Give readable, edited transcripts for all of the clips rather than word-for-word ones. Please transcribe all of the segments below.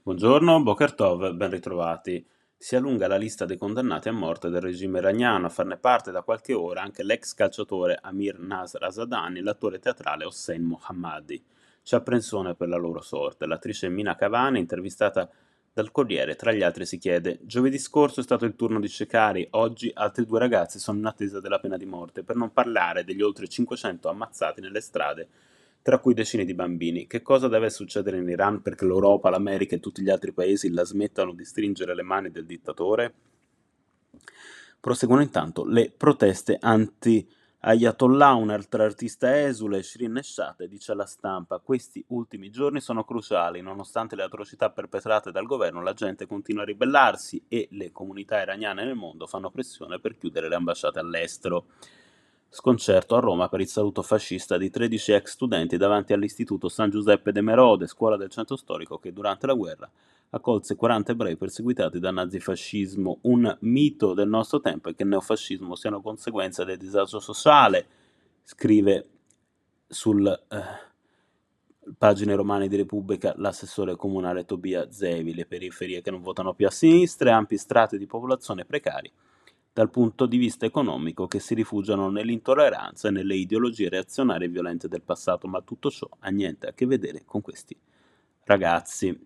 Buongiorno, Boker Tov, ben ritrovati. Si allunga la lista dei condannati a morte del regime iraniano, a farne parte da qualche ora anche l'ex calciatore Amir Nasr Asadani e l'attore teatrale Hossein Mohammadi. C'è apprensione per la loro sorte. L'attrice Mina Kavani, intervistata dal Corriere, tra gli altri si chiede: giovedì scorso è stato il turno di Shekari, oggi altri due ragazzi sono in attesa della pena di morte, per non parlare degli oltre 500 ammazzati nelle strade, tra cui decine di bambini. Che cosa deve succedere in Iran perché l'Europa, l'America e tutti gli altri paesi la smettano di stringere le mani del dittatore? Proseguono intanto le proteste anti-Ayatollah. Un'altra artista esule, Shirin Neshat, dice alla stampa: questi ultimi giorni sono cruciali, nonostante le atrocità perpetrate dal governo la gente continua a ribellarsi e le comunità iraniane nel mondo fanno pressione per chiudere le ambasciate all'estero. Sconcerto a Roma per il saluto fascista di 13 ex studenti davanti all'istituto San Giuseppe de Merode, scuola del centro storico che durante la guerra accolse 40 ebrei perseguitati dal nazifascismo. Un mito del nostro tempo è che il neofascismo sia una conseguenza del disagio sociale, scrive sul pagine romane di Repubblica l'assessore comunale Tobia Zevi. Le periferie che non votano più a sinistra e ampi strati di popolazione precari dal punto di vista economico che si rifugiano nell'intolleranza e nelle ideologie reazionarie e violente del passato, ma tutto ciò ha niente a che vedere con questi ragazzi.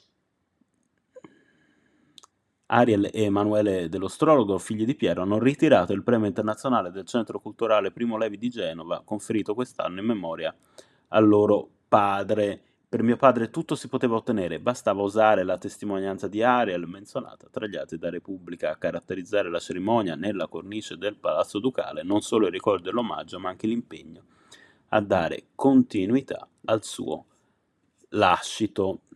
Ariel e Emanuele dell'Ostrologo, figli di Piero, hanno ritirato il premio internazionale del Centro Culturale Primo Levi di Genova, conferito quest'anno in memoria al loro padre. Per mio padre tutto si poteva ottenere, bastava usare la testimonianza di Ariel, menzionata tra gli atti da Repubblica, a caratterizzare la cerimonia nella cornice del Palazzo Ducale, non solo il ricordo e l'omaggio, ma anche l'impegno a dare continuità al suo lascito.